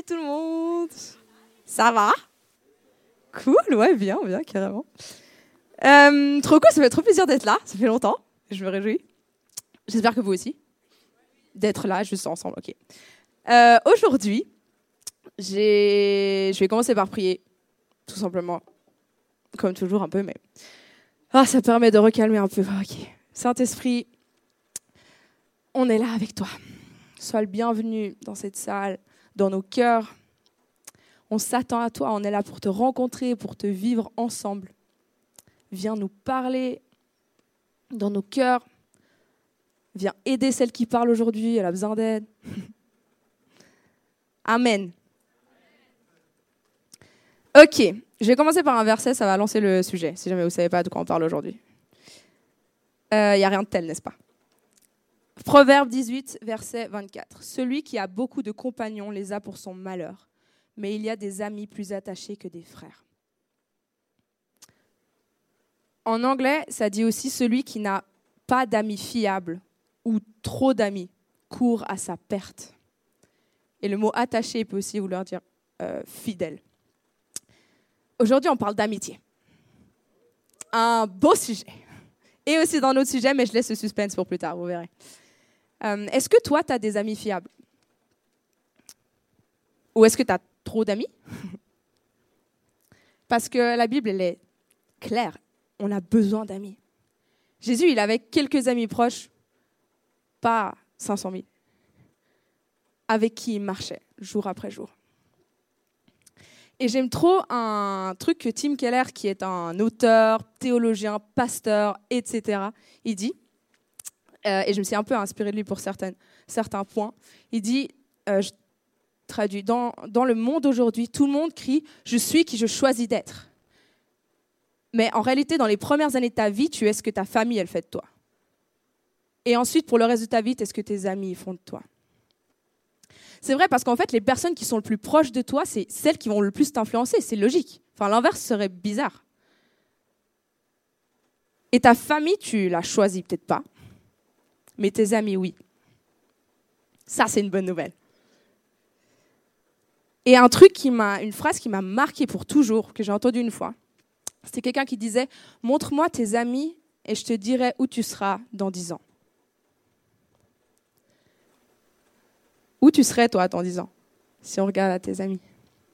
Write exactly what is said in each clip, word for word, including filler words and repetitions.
Salut tout le monde. Ça va? Cool, ouais, bien, bien, carrément. Euh, trop cool, ça fait trop plaisir d'être là. Ça fait longtemps, je me réjouis. J'espère que vous aussi. D'être là, juste ensemble, ok. Euh, aujourd'hui, j'ai... je vais commencer par prier, tout simplement. Comme toujours, un peu, mais... Ah, ça permet de recalmer un peu. Ok. Saint-Esprit, on est là avec toi. Sois le bienvenu dans cette salle, dans nos cœurs. On s'attend à toi, on est là pour te rencontrer, pour te vivre ensemble. Viens nous parler dans nos cœurs. Viens aider celle qui parle aujourd'hui, elle a besoin d'aide. Amen. Ok, je vais commencer par un verset, ça va lancer le sujet, si jamais vous ne savez pas de quoi on parle aujourd'hui. Il euh, n'y a rien de tel, n'est-ce pas? Proverbe dix-huit, verset vingt-quatre. Celui qui a beaucoup de compagnons les a pour son malheur, mais il y a des amis plus attachés que des frères. En anglais, ça dit aussi celui qui n'a pas d'amis fiables ou trop d'amis court à sa perte. Et le mot attaché peut aussi vouloir dire euh, fidèle. Aujourd'hui, on parle d'amitié. Un beau sujet. Et aussi dans notre sujet, mais je laisse le suspense pour plus tard, vous verrez. Euh, est-ce que toi, tu as des amis fiables? Ou est-ce que tu as trop d'amis? Parce que la Bible, elle est claire. On a besoin d'amis. Jésus, il avait quelques amis proches, pas cinq cent mille, avec qui il marchait jour après jour. Et j'aime trop un truc que Tim Keller, qui est un auteur, théologien, pasteur, et cetera, il dit, euh, et je me suis un peu inspirée de lui pour certaines, certains points, il dit, euh, je traduis, dans, dans le monde aujourd'hui, tout le monde crie « Je suis qui je choisis d'être ». Mais en réalité, dans les premières années de ta vie, tu es ce que ta famille, elle fait de toi. Et ensuite, pour le reste de ta vie, tu es ce que tes amis font de toi. C'est vrai parce qu'en fait, les personnes qui sont le plus proches de toi, c'est celles qui vont le plus t'influencer. C'est logique. Enfin, l'inverse serait bizarre. Et ta famille, tu l'as choisie peut-être pas. Mais tes amis, oui. Ça, c'est une bonne nouvelle. Et un truc qui m'a, une phrase qui m'a marquée pour toujours, que j'ai entendue une fois, c'était quelqu'un qui disait « Montre-moi tes amis et je te dirai où tu seras dans dix ans. » Où tu serais, toi, dans dix ans, si on regarde à tes amis?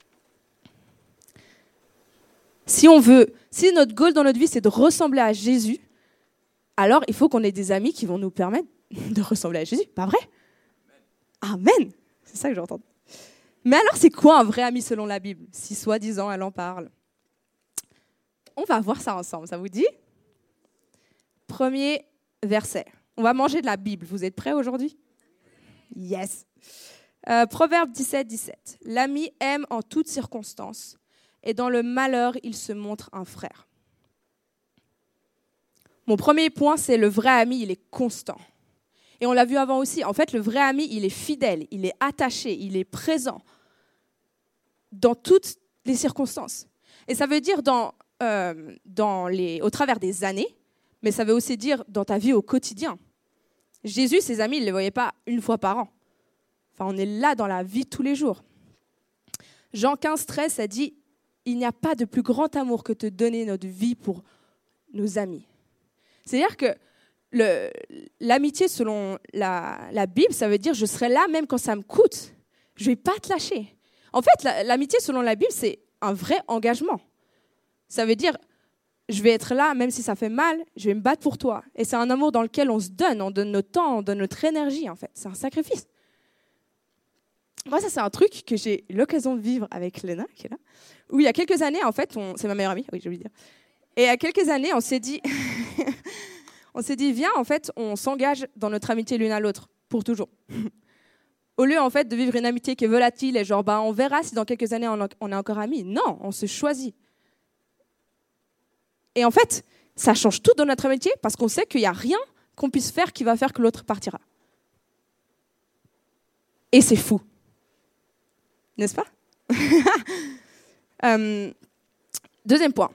Si on veut, si notre goal dans notre vie, c'est de ressembler à Jésus, alors il faut qu'on ait des amis qui vont nous permettre de ressembler à Jésus. Pas vrai? Amen. C'est ça que j'entends. Mais alors, c'est quoi un vrai ami selon la Bible, si soi-disant elle en parle? On va voir ça ensemble, ça vous dit? Premier verset. On va manger de la Bible. Vous êtes prêts aujourd'hui? Yes. Euh, Proverbe dix-sept, dix-sept. L'ami aime en toutes circonstances, et dans le malheur, il se montre un frère. Mon premier point, c'est le vrai ami, il est constant. Et on l'a vu avant aussi. En fait, le vrai ami, il est fidèle, il est attaché, il est présent dans toutes les circonstances. Et ça veut dire dans, euh, dans les, au travers des années, mais ça veut aussi dire dans ta vie au quotidien. Jésus, ses amis, il ne les voyait pas une fois par an. Enfin, on est là dans la vie tous les jours. Jean quinze, treize, ça dit « Il n'y a pas de plus grand amour que de donner notre vie pour nos amis. » C'est-à-dire que le, l'amitié, selon la, la Bible, ça veut dire « Je serai là même quand ça me coûte. Je ne vais pas te lâcher. » En fait, la, l'amitié, selon la Bible, c'est un vrai engagement. Ça veut dire je vais être là, même si ça fait mal, je vais me battre pour toi. Et c'est un amour dans lequel on se donne, on donne notre temps, on donne notre énergie, en fait. C'est un sacrifice. Moi, ça, c'est un truc que j'ai eu l'occasion de vivre avec Léna, qui est là, où il y a quelques années, en fait, on... c'est ma meilleure amie, oui, j'ai oublié de dire. Et il y a quelques années, on s'est dit, on s'est dit, viens, en fait, on s'engage dans notre amitié l'une à l'autre, pour toujours. Au lieu, en fait, de vivre une amitié qui est volatile et genre, bah, on verra si dans quelques années, on est encore amis. Non, on se choisit. Et en fait, ça change tout dans notre amitié parce qu'on sait qu'il n'y a rien qu'on puisse faire qui va faire que l'autre partira. Et c'est fou. N'est-ce pas? euh, Deuxième point.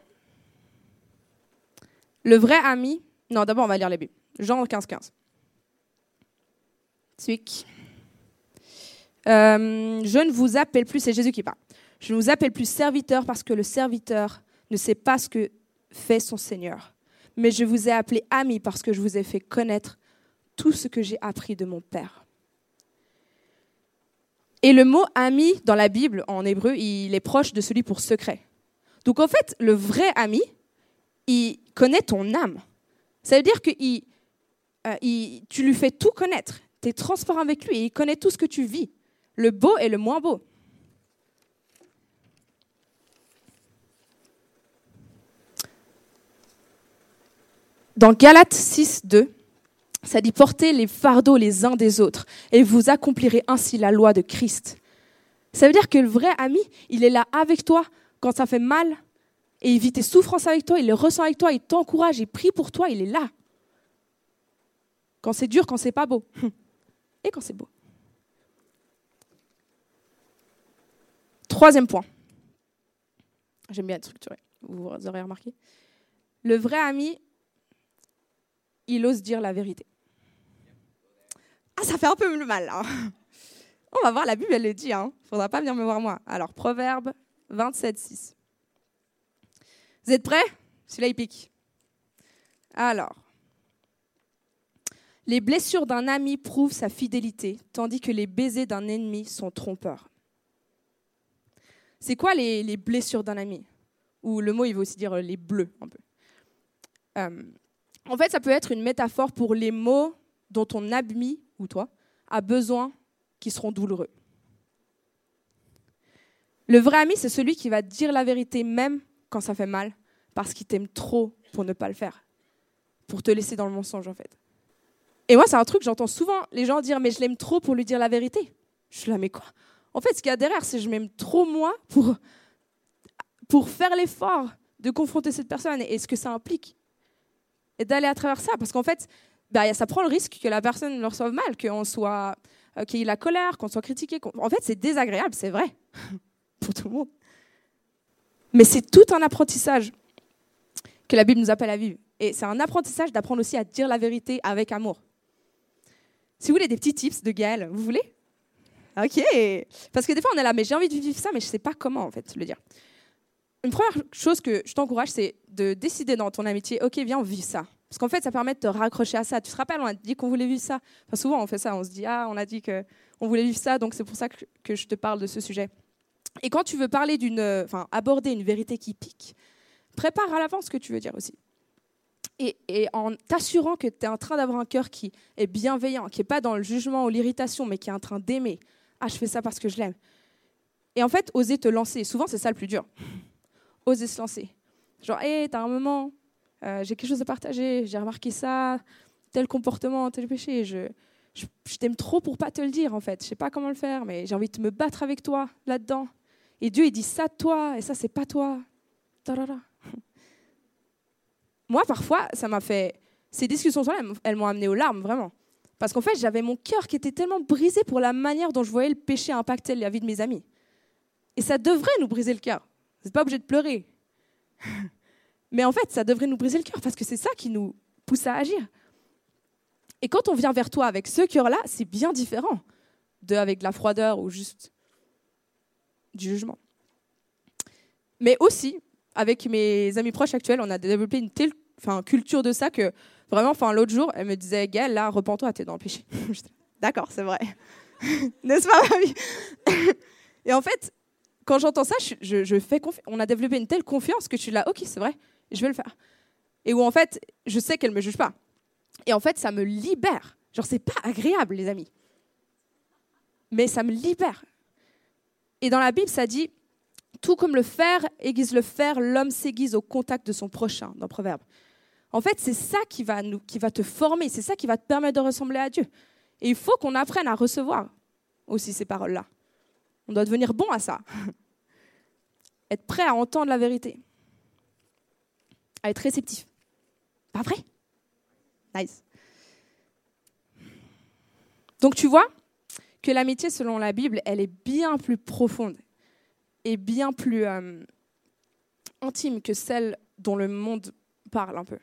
Le vrai ami... Non, d'abord, on va lire la Bible. Jean quinze, quinze. Celui qui... Euh, je ne vous appelle plus, c'est Jésus qui parle. Je ne vous appelle plus serviteur parce que le serviteur ne sait pas ce que fait son Seigneur. Mais je vous ai appelé ami parce que je vous ai fait connaître tout ce que j'ai appris de mon Père. Et le mot ami dans la Bible, en hébreu, il est proche de celui pour secret. Donc en fait, le vrai ami, il connaît ton âme. Ça veut dire que il, euh, il, tu lui fais tout connaître. Tu es transparent avec lui et il connaît tout ce que tu vis. Le beau et le moins beau. Dans Galates six, deux, ça dit « Portez les fardeaux les uns des autres et vous accomplirez ainsi la loi de Christ. » Ça veut dire que le vrai ami, il est là avec toi quand ça fait mal et il vit tes souffrances avec toi, il les ressent avec toi, il t'encourage, il prie pour toi, il est là. Quand c'est dur, quand c'est pas beau et quand c'est beau. Troisième point. J'aime bien être structuré, vous aurez remarqué. Le vrai ami, il ose dire la vérité. Ah, ça fait un peu mal, là. On va voir, la Bible, elle le dit. Il hein. ne faudra pas venir me voir moi. Alors, Proverbe vingt-sept, six. Vous êtes prêts? Celui-là, il pique. Alors. Les blessures d'un ami prouvent sa fidélité, tandis que les baisers d'un ennemi sont trompeurs. C'est quoi les, les blessures d'un ami? Ou le mot, il veut aussi dire les bleus, un peu. Euh, en fait, ça peut être une métaphore pour les mots dont ton ami, ou toi, a besoin qui seront douloureux. Le vrai ami, c'est celui qui va dire la vérité même quand ça fait mal, parce qu'il t'aime trop pour ne pas le faire, pour te laisser dans le mensonge, en fait. Et moi, c'est un truc, j'entends souvent les gens dire « mais je l'aime trop pour lui dire la vérité ». Je suis là, mais quoi? En fait, ce qu'il y a derrière, c'est que je m'aime trop moi pour, pour faire l'effort de confronter cette personne et ce que ça implique. Et d'aller à travers ça, parce qu'en fait, bah, ça prend le risque que la personne le reçoive mal, qu'on soit, euh, qu'il y ait la colère, qu'on soit critiqué. Qu'on... En fait, c'est désagréable, c'est vrai, pour tout le monde. Mais c'est tout un apprentissage que la Bible nous appelle à vivre. Et c'est un apprentissage d'apprendre aussi à dire la vérité avec amour. Si vous voulez des petits tips de Gaëlle, vous voulez? Ok. Parce que des fois, on est là, mais j'ai envie de vivre ça, mais je ne sais pas comment, en fait, le dire. Une première chose que je t'encourage, c'est de décider dans ton amitié, ok, viens, on vit ça. Parce qu'en fait, ça permet de te raccrocher à ça. Tu te rappelles, on a dit qu'on voulait vivre ça. Enfin, souvent, on fait ça. On se dit, ah, on a dit qu'on voulait vivre ça, donc c'est pour ça que, que je te parle de ce sujet. Et quand tu veux parler d'une, enfin, aborder une vérité qui pique, prépare à l'avance ce que tu veux dire aussi. Et, et en t'assurant que tu es en train d'avoir un cœur qui est bienveillant, qui n'est pas dans le jugement ou l'irritation, mais qui est en train d'aimer. Ah, je fais ça parce que je l'aime. Et en fait, oser te lancer. Souvent, c'est ça le plus dur. Oser se lancer. Genre, hé, hey, t'as un moment, euh, j'ai quelque chose à partager, j'ai remarqué ça, tel comportement, tel péché. Je, je, je t'aime trop pour pas te le dire, en fait. Je sais pas comment le faire, mais j'ai envie de me battre avec toi là-dedans. Et Dieu, il dit ça de toi, et ça, c'est pas toi. Ta-da-da. Moi, parfois, ça m'a fait... Ces discussions-là, elles m'ont amené aux larmes, vraiment. Parce qu'en fait, j'avais mon cœur qui était tellement brisé pour la manière dont je voyais le péché impacter la vie de mes amis. Et ça devrait nous briser le cœur. Vous n'êtes pas obligé de pleurer. Mais en fait, ça devrait nous briser le cœur parce que c'est ça qui nous pousse à agir. Et quand on vient vers toi avec ce cœur-là, c'est bien différent de avec de la froideur ou juste du jugement. Mais aussi, avec mes amis proches actuels, on a développé une telle enfin, culture de ça que vraiment, enfin, l'autre jour, elle me disait « Gaëlle, là, repens-toi, t'es dans le péché. » D'accord, c'est vrai. N'est-ce pas, mamie? Et en fait, quand j'entends ça, je, je, je fais confi- on a développé une telle confiance que je suis là, ok, c'est vrai, je vais le faire. Et où en fait, je sais qu'elle ne me juge pas. Et en fait, ça me libère. Genre, c'est pas agréable, les amis. Mais ça me libère. Et dans la Bible, ça dit, tout comme le fer aiguise le fer, l'homme s'aiguise au contact de son prochain, dans Proverbe. En fait, c'est ça qui va, nous, qui va te former, c'est ça qui va te permettre de ressembler à Dieu. Et il faut qu'on apprenne à recevoir aussi ces paroles-là. On doit devenir bon à ça. Être prêt à entendre la vérité. À être réceptif. Pas vrai? Nice. Donc tu vois que l'amitié, selon la Bible, elle est bien plus profonde et bien plus euh, intime que celle dont le monde parle un peu.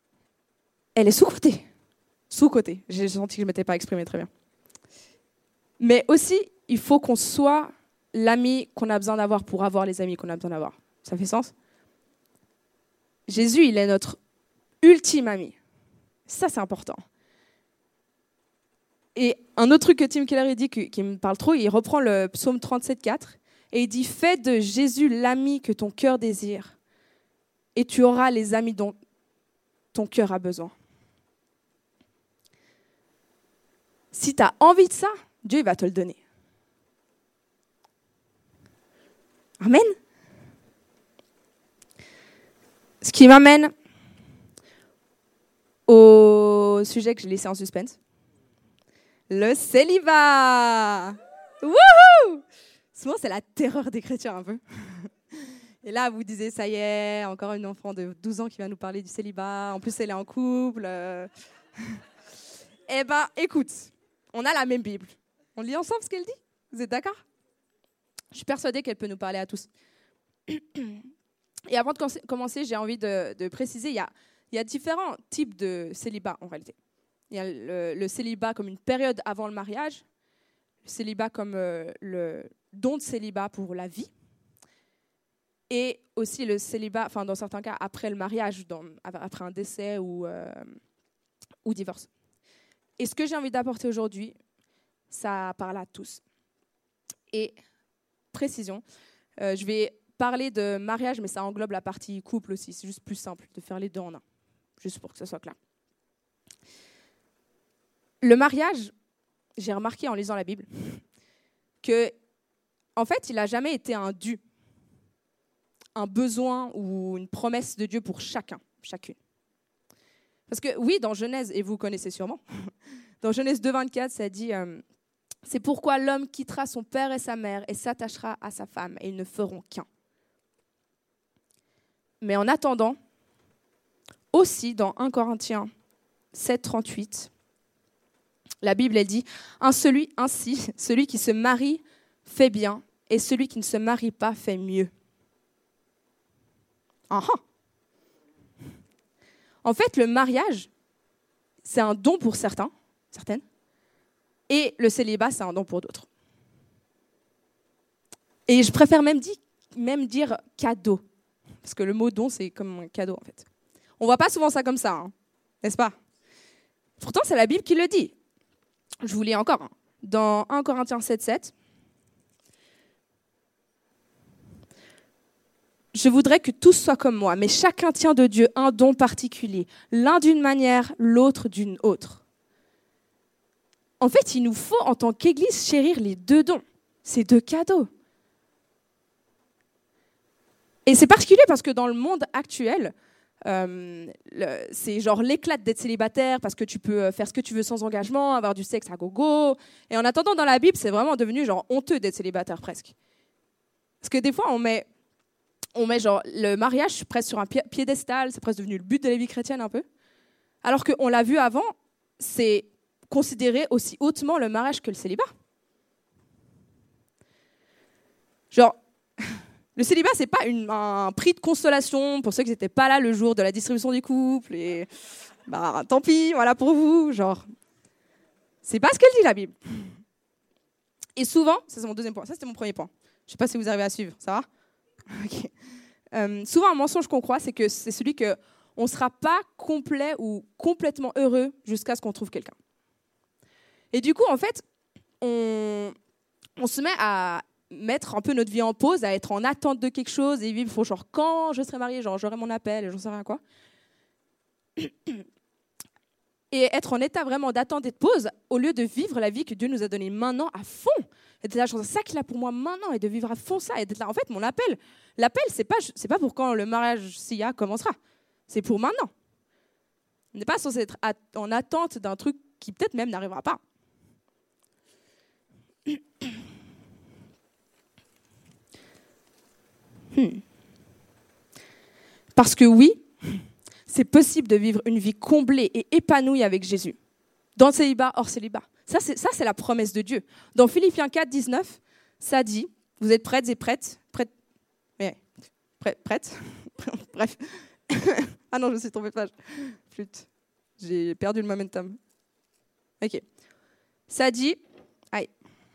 Elle est sous-cotée. Sous-cotée. J'ai senti que je ne m'étais pas exprimée très bien. Mais aussi, il faut qu'on soit l'ami qu'on a besoin d'avoir pour avoir les amis qu'on a besoin d'avoir. Ça fait sens? Jésus, il est notre ultime ami. Ça, c'est important. Et un autre truc que Tim Keller dit qui, qui me parle trop, il reprend le psaume trente-sept, quatre et il dit « Fais de Jésus l'ami que ton cœur désire et tu auras les amis dont ton cœur a besoin. » Si tu as envie de ça, Dieu il va te le donner. Amen. Ce qui m'amène au sujet que j'ai laissé en suspense. Le célibat. Wouhou! Souvent, c'est la terreur des chrétiens un peu. Et là, vous disiez, ça y est, encore une enfant de douze ans qui va nous parler du célibat. En plus, elle est en couple. Eh bien, écoute, on a la même Bible. On lit ensemble ce qu'elle dit? Vous êtes d'accord? Je suis persuadée qu'elle peut nous parler à tous. Et avant de commencer, j'ai envie de, de préciser, il y a, il y a différents types de célibat en réalité. Il y a le, le célibat comme une période avant le mariage, le célibat comme euh, le don de célibat pour la vie, et aussi le célibat, enfin dans certains cas, après le mariage, dans, après un décès ou, euh, ou divorce. Et ce que j'ai envie d'apporter aujourd'hui, ça parle à tous. Et précision, euh, je vais parler de mariage, mais ça englobe la partie couple aussi. C'est juste plus simple de faire les deux en un, juste pour que ce soit clair. Le mariage, j'ai remarqué en lisant la Bible que, en fait, il n'a jamais été un dû, un besoin ou une promesse de Dieu pour chacun, chacune. Parce que oui, dans Genèse, et vous connaissez sûrement, dans Genèse deux, vingt-quatre, ça dit euh, « C'est pourquoi l'homme quittera son père et sa mère et s'attachera à sa femme, et ils ne feront qu'un. » Mais en attendant, aussi dans premier Corinthiens sept, trente-huit, la Bible, elle dit un celui, « Ainsi, celui qui se marie fait bien, et celui qui ne se marie pas fait mieux. » Uh-huh. En fait, le mariage, c'est un don pour certains, certaines, et le célibat, c'est un don pour d'autres. Et je préfère même, dit, même dire cadeau, parce que le mot don, c'est comme un cadeau, en fait. On ne voit pas souvent ça comme ça, hein, n'est-ce pas? Pourtant, c'est la Bible qui le dit. Je vous lis encore. Hein. Dans premier Corinthiens sept, sept, je voudrais que tous soient comme moi, mais chacun tient de Dieu un don particulier, l'un d'une manière, l'autre d'une autre. En fait, il nous faut, en tant qu'Église, chérir les deux dons, ces deux cadeaux. Et c'est particulier parce que dans le monde actuel, euh, le, c'est genre l'éclat d'être célibataire parce que tu peux faire ce que tu veux sans engagement, avoir du sexe à gogo. Et en attendant, dans la Bible, c'est vraiment devenu genre honteux d'être célibataire presque. Parce que des fois, on met... On met genre le mariage presque sur un piédestal, c'est presque devenu le but de la vie chrétienne un peu. Alors qu'on l'a vu avant, c'est considéré aussi hautement le mariage que le célibat. Genre, le célibat, c'est pas une, un prix de consolation pour ceux qui n'étaient pas là le jour de la distribution des couples. Et bah, tant pis, voilà pour vous. Genre, c'est pas ce qu'elle dit la Bible. Et souvent, ça c'est mon deuxième point. Ça c'était mon premier point. Je sais pas si vous arrivez à suivre. Ça va? Okay. Euh, souvent, un mensonge qu'on croit, c'est que c'est celui qu'on ne sera pas complet ou complètement heureux jusqu'à ce qu'on trouve quelqu'un. Et du coup, en fait, on, on se met à mettre un peu notre vie en pause, à être en attente de quelque chose et vivre genre quand je serai mariée, genre j'aurai mon appel et j'en sais rien quoi. Et être en état vraiment d'attente et de pause au lieu de vivre la vie que Dieu nous a donnée maintenant à fond. Et d'être là, c'est ça qu'il a pour moi maintenant et de vivre à fond ça. Et d'être là, en fait, mon appel, l'appel, c'est pas, c'est pas pour quand le mariage, s'il y a, commencera. C'est pour maintenant. On n'est pas censé être en attente d'un truc qui peut-être même n'arrivera pas. Hmm. Parce que oui, c'est possible de vivre une vie comblée et épanouie avec Jésus. Dans le célibat, hors célibat. Ça c'est, ça, c'est la promesse de Dieu. Dans Philippiens quatre, dix-neuf, ça dit, vous êtes prêtes et prêtes, prêtes, mais, prêtes, prêtes bref. Ah non, je me suis trompée de page. Flûte. J'ai perdu le momentum. Ok. Ça dit, aïe,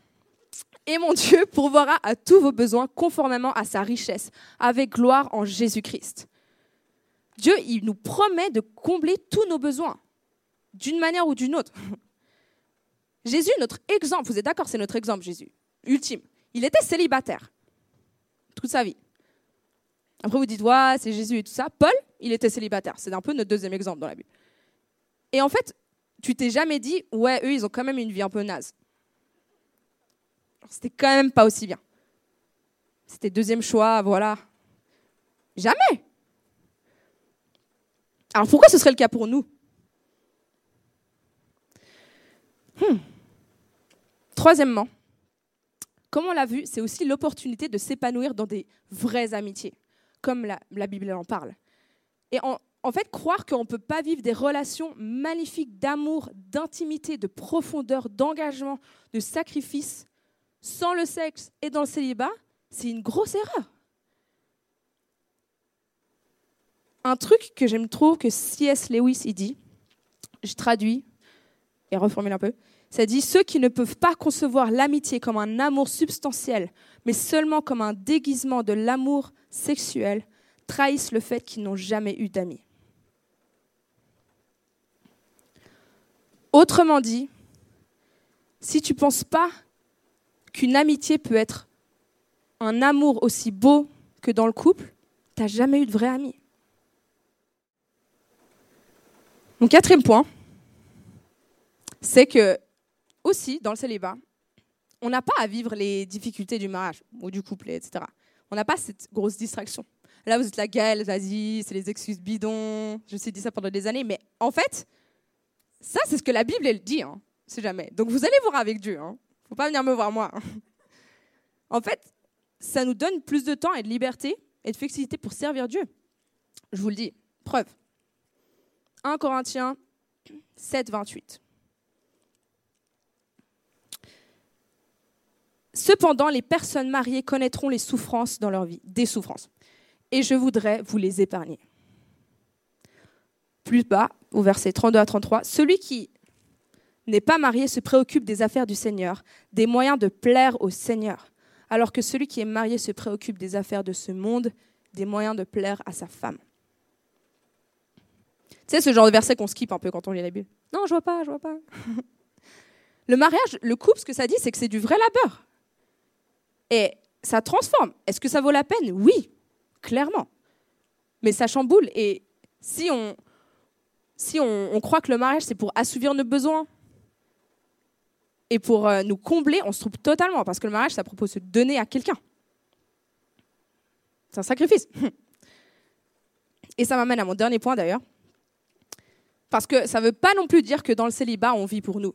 Et mon Dieu pourvoira à tous vos besoins conformément à sa richesse, avec gloire en Jésus-Christ. Dieu, il nous promet de combler tous nos besoins, d'une manière ou d'une autre. Jésus, notre exemple, vous êtes d'accord, c'est notre exemple, Jésus, ultime. Il était célibataire toute sa vie. Après, vous dites, ouais, c'est Jésus et tout ça. Paul, il était célibataire. C'est un peu notre deuxième exemple dans la Bible. Et en fait, tu t'es jamais dit, ouais, eux, ils ont quand même une vie un peu naze. C'était quand même pas aussi bien. C'était deuxième choix, voilà. Jamais. Alors pourquoi ce serait le cas pour nous? hmm. Troisièmement, comme on l'a vu, c'est aussi l'opportunité de s'épanouir dans des vraies amitiés, comme la, la Bible en parle. Et en, en fait, croire qu'on ne peut pas vivre des relations magnifiques d'amour, d'intimité, de profondeur, d'engagement, de sacrifice, sans le sexe et dans le célibat, c'est une grosse erreur. Un truc que j'aime trop que C S Lewis il dit, je traduis et reformule un peu, ça dit « Ceux qui ne peuvent pas concevoir l'amitié comme un amour substantiel, mais seulement comme un déguisement de l'amour sexuel, trahissent le fait qu'ils n'ont jamais eu d'amis. » Autrement dit, si tu ne penses pas qu'une amitié peut être un amour aussi beau que dans le couple, tu n'as jamais eu de vrai ami. Mon quatrième point, c'est que, aussi, dans le célibat, on n'a pas à vivre les difficultés du mariage ou du couple, et cetera. On n'a pas cette grosse distraction. Là, vous êtes la Gaëlle, vas-y, c'est les excuses bidons. Je sais dire ça pendant des années, mais en fait, ça, c'est ce que la Bible, elle dit, hein, c'est jamais. Donc, vous allez voir avec Dieu. Hein. Faut pas venir me voir moi. En fait, ça nous donne plus de temps et de liberté et de flexibilité pour servir Dieu. Je vous le dis, preuve. un Corinthiens sept, vingt-huit. Cependant, les personnes mariées connaîtront les souffrances dans leur vie, des souffrances. Et je voudrais vous les épargner. Plus bas, au verset trente-deux à trente-trois, celui qui n'est pas marié se préoccupe des affaires du Seigneur, des moyens de plaire au Seigneur, alors que celui qui est marié se préoccupe des affaires de ce monde, des moyens de plaire à sa femme. Tu sais, ce genre de verset qu'on skip un peu quand on lit la Bible. Non, je vois pas, je vois pas. Le mariage, le couple, ce que ça dit, c'est que c'est du vrai labeur. Et ça transforme. Est-ce que ça vaut la peine? Oui, clairement. Mais ça chamboule. Et si on, si on, on croit que le mariage, c'est pour assouvir nos besoins et pour euh, nous combler, on se trompe totalement. Parce que le mariage, ça propose de se donner à quelqu'un. C'est un sacrifice. Et ça m'amène à mon dernier point, d'ailleurs. Parce que ça ne veut pas non plus dire que dans le célibat, on vit pour nous.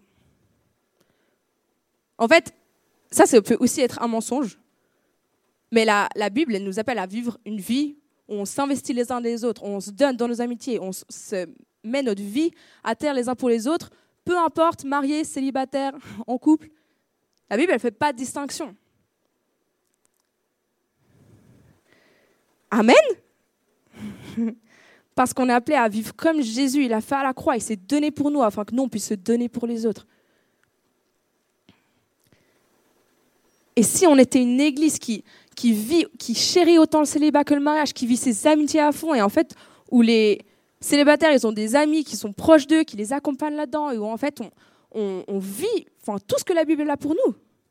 En fait, ça, ça peut aussi être un mensonge. Mais la, la Bible, elle nous appelle à vivre une vie où on s'investit les uns les autres, où on se donne dans nos amitiés, où on se met notre vie à terre les uns pour les autres, peu importe, marié, célibataire, en couple. La Bible, elle ne fait pas de distinction. Amen. Parce qu'on est appelé à vivre comme Jésus, il a fait à la croix, il s'est donné pour nous, afin que nous, on puisse se donner pour les autres. Et si on était une église qui, qui vit, qui chérit autant le célibat que le mariage, qui vit ses amitiés à fond, et en fait, où les célibataires, ils ont des amis qui sont proches d'eux, qui les accompagnent là-dedans, et où en fait, on, on, on vit enfin, tout ce que la Bible a pour nous.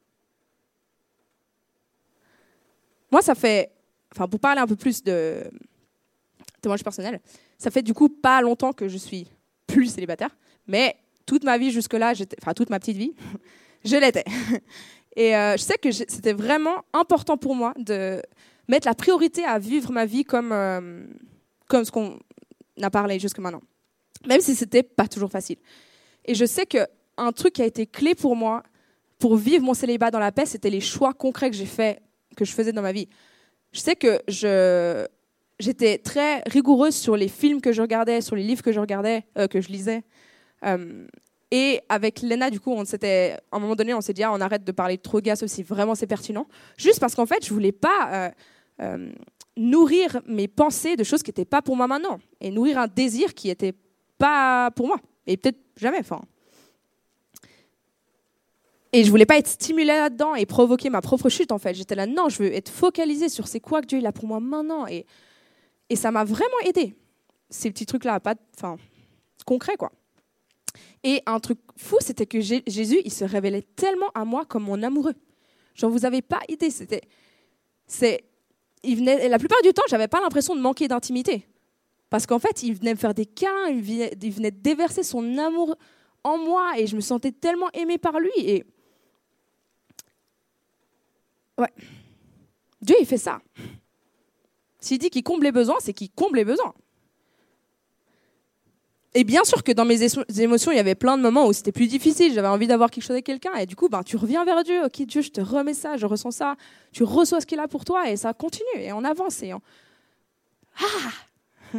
Moi, ça fait, enfin, pour parler un peu plus de témoignage personnel, ça fait du coup pas longtemps que je suis plus célibataire, mais toute ma vie jusque-là, j'étais, enfin toute ma petite vie, je l'étais. Et euh, je sais que c'était vraiment important pour moi de mettre la priorité à vivre ma vie comme, euh, comme ce qu'on a parlé jusque maintenant, même si c'était pas toujours facile. Et je sais qu'un truc qui a été clé pour moi, pour vivre mon célibat dans la paix, c'était les choix concrets que j'ai fait, que je faisais dans ma vie. Je sais que je, j'étais très rigoureuse sur les films que je regardais, sur les livres que je regardais, euh, que je lisais. Euh, Et avec Léna, du coup, on s'était, à un moment donné, on s'est dit, ah, on arrête de parler de trop-gas aussi, vraiment c'est pertinent. Juste parce qu'en fait, je ne voulais pas euh, euh, nourrir mes pensées de choses qui n'étaient pas pour moi maintenant. Et nourrir un désir qui n'était pas pour moi. Et peut-être jamais. Enfin. Et je voulais pas être stimulée là-dedans et provoquer ma propre chute, en fait. J'étais là, non, je veux être focalisée sur c'est quoi que Dieu il a pour moi maintenant. Et, et ça m'a vraiment aidée. Ces petits trucs-là, pas, enfin, concrets, quoi. Et un truc fou, c'était que Jésus, il se révélait tellement à moi comme mon amoureux. J'en vous avais pas idée. C'était, c'est, il venait, la plupart du temps, j'avais pas l'impression de manquer d'intimité. Parce qu'en fait, il venait me faire des câlins, il venait, il venait déverser son amour en moi et je me sentais tellement aimée par lui. Et ouais, Dieu, il fait ça. S'il dit qu'il comble les besoins, c'est qu'il comble les besoins. Et bien sûr que dans mes émotions, il y avait plein de moments où c'était plus difficile, j'avais envie d'avoir quelque chose avec quelqu'un, et du coup, ben, tu reviens vers Dieu, ok Dieu, je te remets ça, je ressens ça, tu reçois ce qu'il a pour toi, et ça continue, et on avance, et on... Ah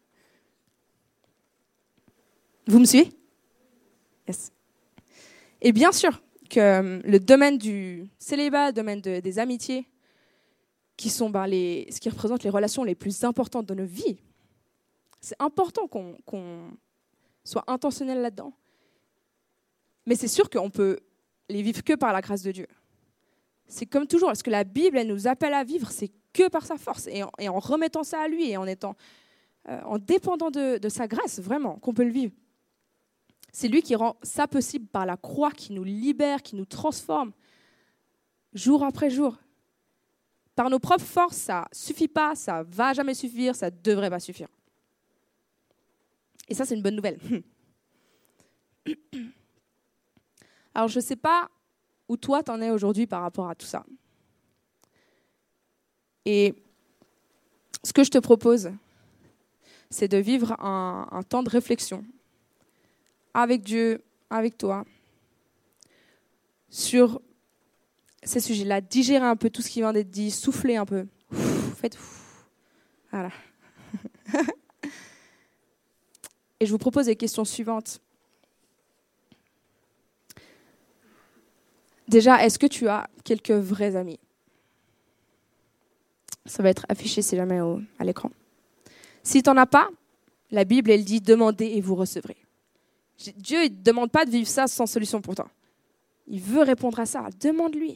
Vous me suivez? Yes. Et bien sûr que le domaine du célibat, le domaine de, des amitiés, qui sont ben, les, ce qui représente les relations les plus importantes de nos vies, c'est important qu'on, qu'on soit intentionnel là-dedans. Mais c'est sûr qu'on peut les vivre que par la grâce de Dieu. C'est comme toujours, parce que la Bible, elle nous appelle à vivre, c'est que par sa force, et en, et en remettant ça à lui, et en étant, euh, en dépendant de, de sa grâce, vraiment, qu'on peut le vivre. C'est lui qui rend ça possible par la croix, qui nous libère, qui nous transforme, jour après jour. Par nos propres forces, ça ne suffit pas, ça ne va jamais suffire, ça ne devrait pas suffire. Et ça, c'est une bonne nouvelle. Alors, je ne sais pas où toi, t'en es aujourd'hui par rapport à tout ça. Et ce que je te propose, c'est de vivre un, un temps de réflexion avec Dieu, avec toi, sur ces sujets-là. Digérer un peu tout ce qui vient d'être dit, souffler un peu. Ouf, faites ouf. Voilà. Et je vous propose les questions suivantes. Déjà, est-ce que tu as quelques vrais amis? Ça va être affiché si jamais au, à l'écran. Si tu n'en as pas, la Bible, elle dit « Demandez et vous recevrez ». Dieu ne demande pas de vivre ça sans solution pour toi. Il veut répondre à ça. Demande-lui.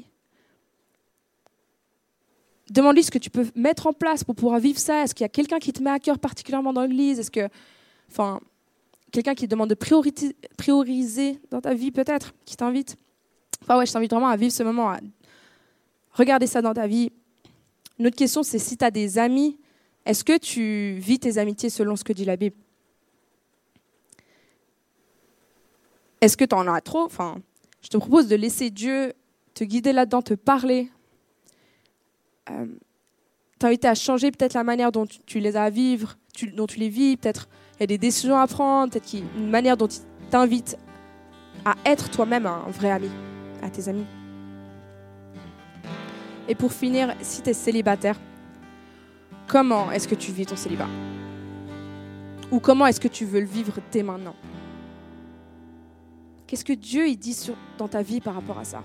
Demande-lui ce que tu peux mettre en place pour pouvoir vivre ça. Est-ce qu'il y a quelqu'un qui te met à cœur particulièrement dans l'église? Est-ce que... Enfin, quelqu'un qui te demande de prioriser, prioriser dans ta vie peut-être, qui t'invite. Enfin ouais, je t'invite vraiment à vivre ce moment, à regarder ça dans ta vie. Une autre question, c'est si tu as des amis, est-ce que tu vis tes amitiés selon ce que dit la Bible? Est-ce que tu en as trop? Enfin, je te propose de laisser Dieu te guider là-dedans, te parler. Euh, t'inviter à changer peut-être la manière dont tu, tu les as à vivre, tu, dont tu les vis, peut-être il y a des décisions à prendre, peut-être qu'il y a une manière dont il t'invite à être toi-même un vrai ami, à tes amis. Et pour finir, si tu es célibataire, comment est-ce que tu vis ton célibat? Ou comment est-ce que tu veux le vivre dès maintenant? Qu'est-ce que Dieu il dit sur, dans ta vie par rapport à ça?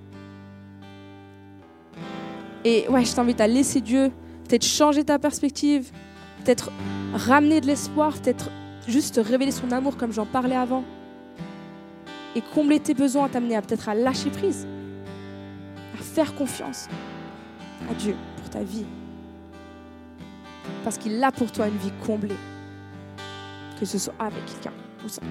Et ouais, je t'invite à laisser Dieu peut-être changer ta perspective, peut-être ramener de l'espoir, peut-être juste révéler son amour comme j'en parlais avant. Et combler tes besoins, t'amener à peut-être à lâcher prise, à faire confiance à Dieu pour ta vie. Parce qu'il a pour toi une vie comblée, que ce soit avec quelqu'un ou sans.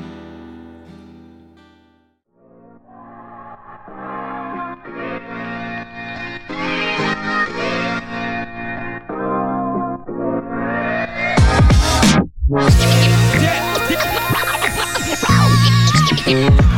Yeah.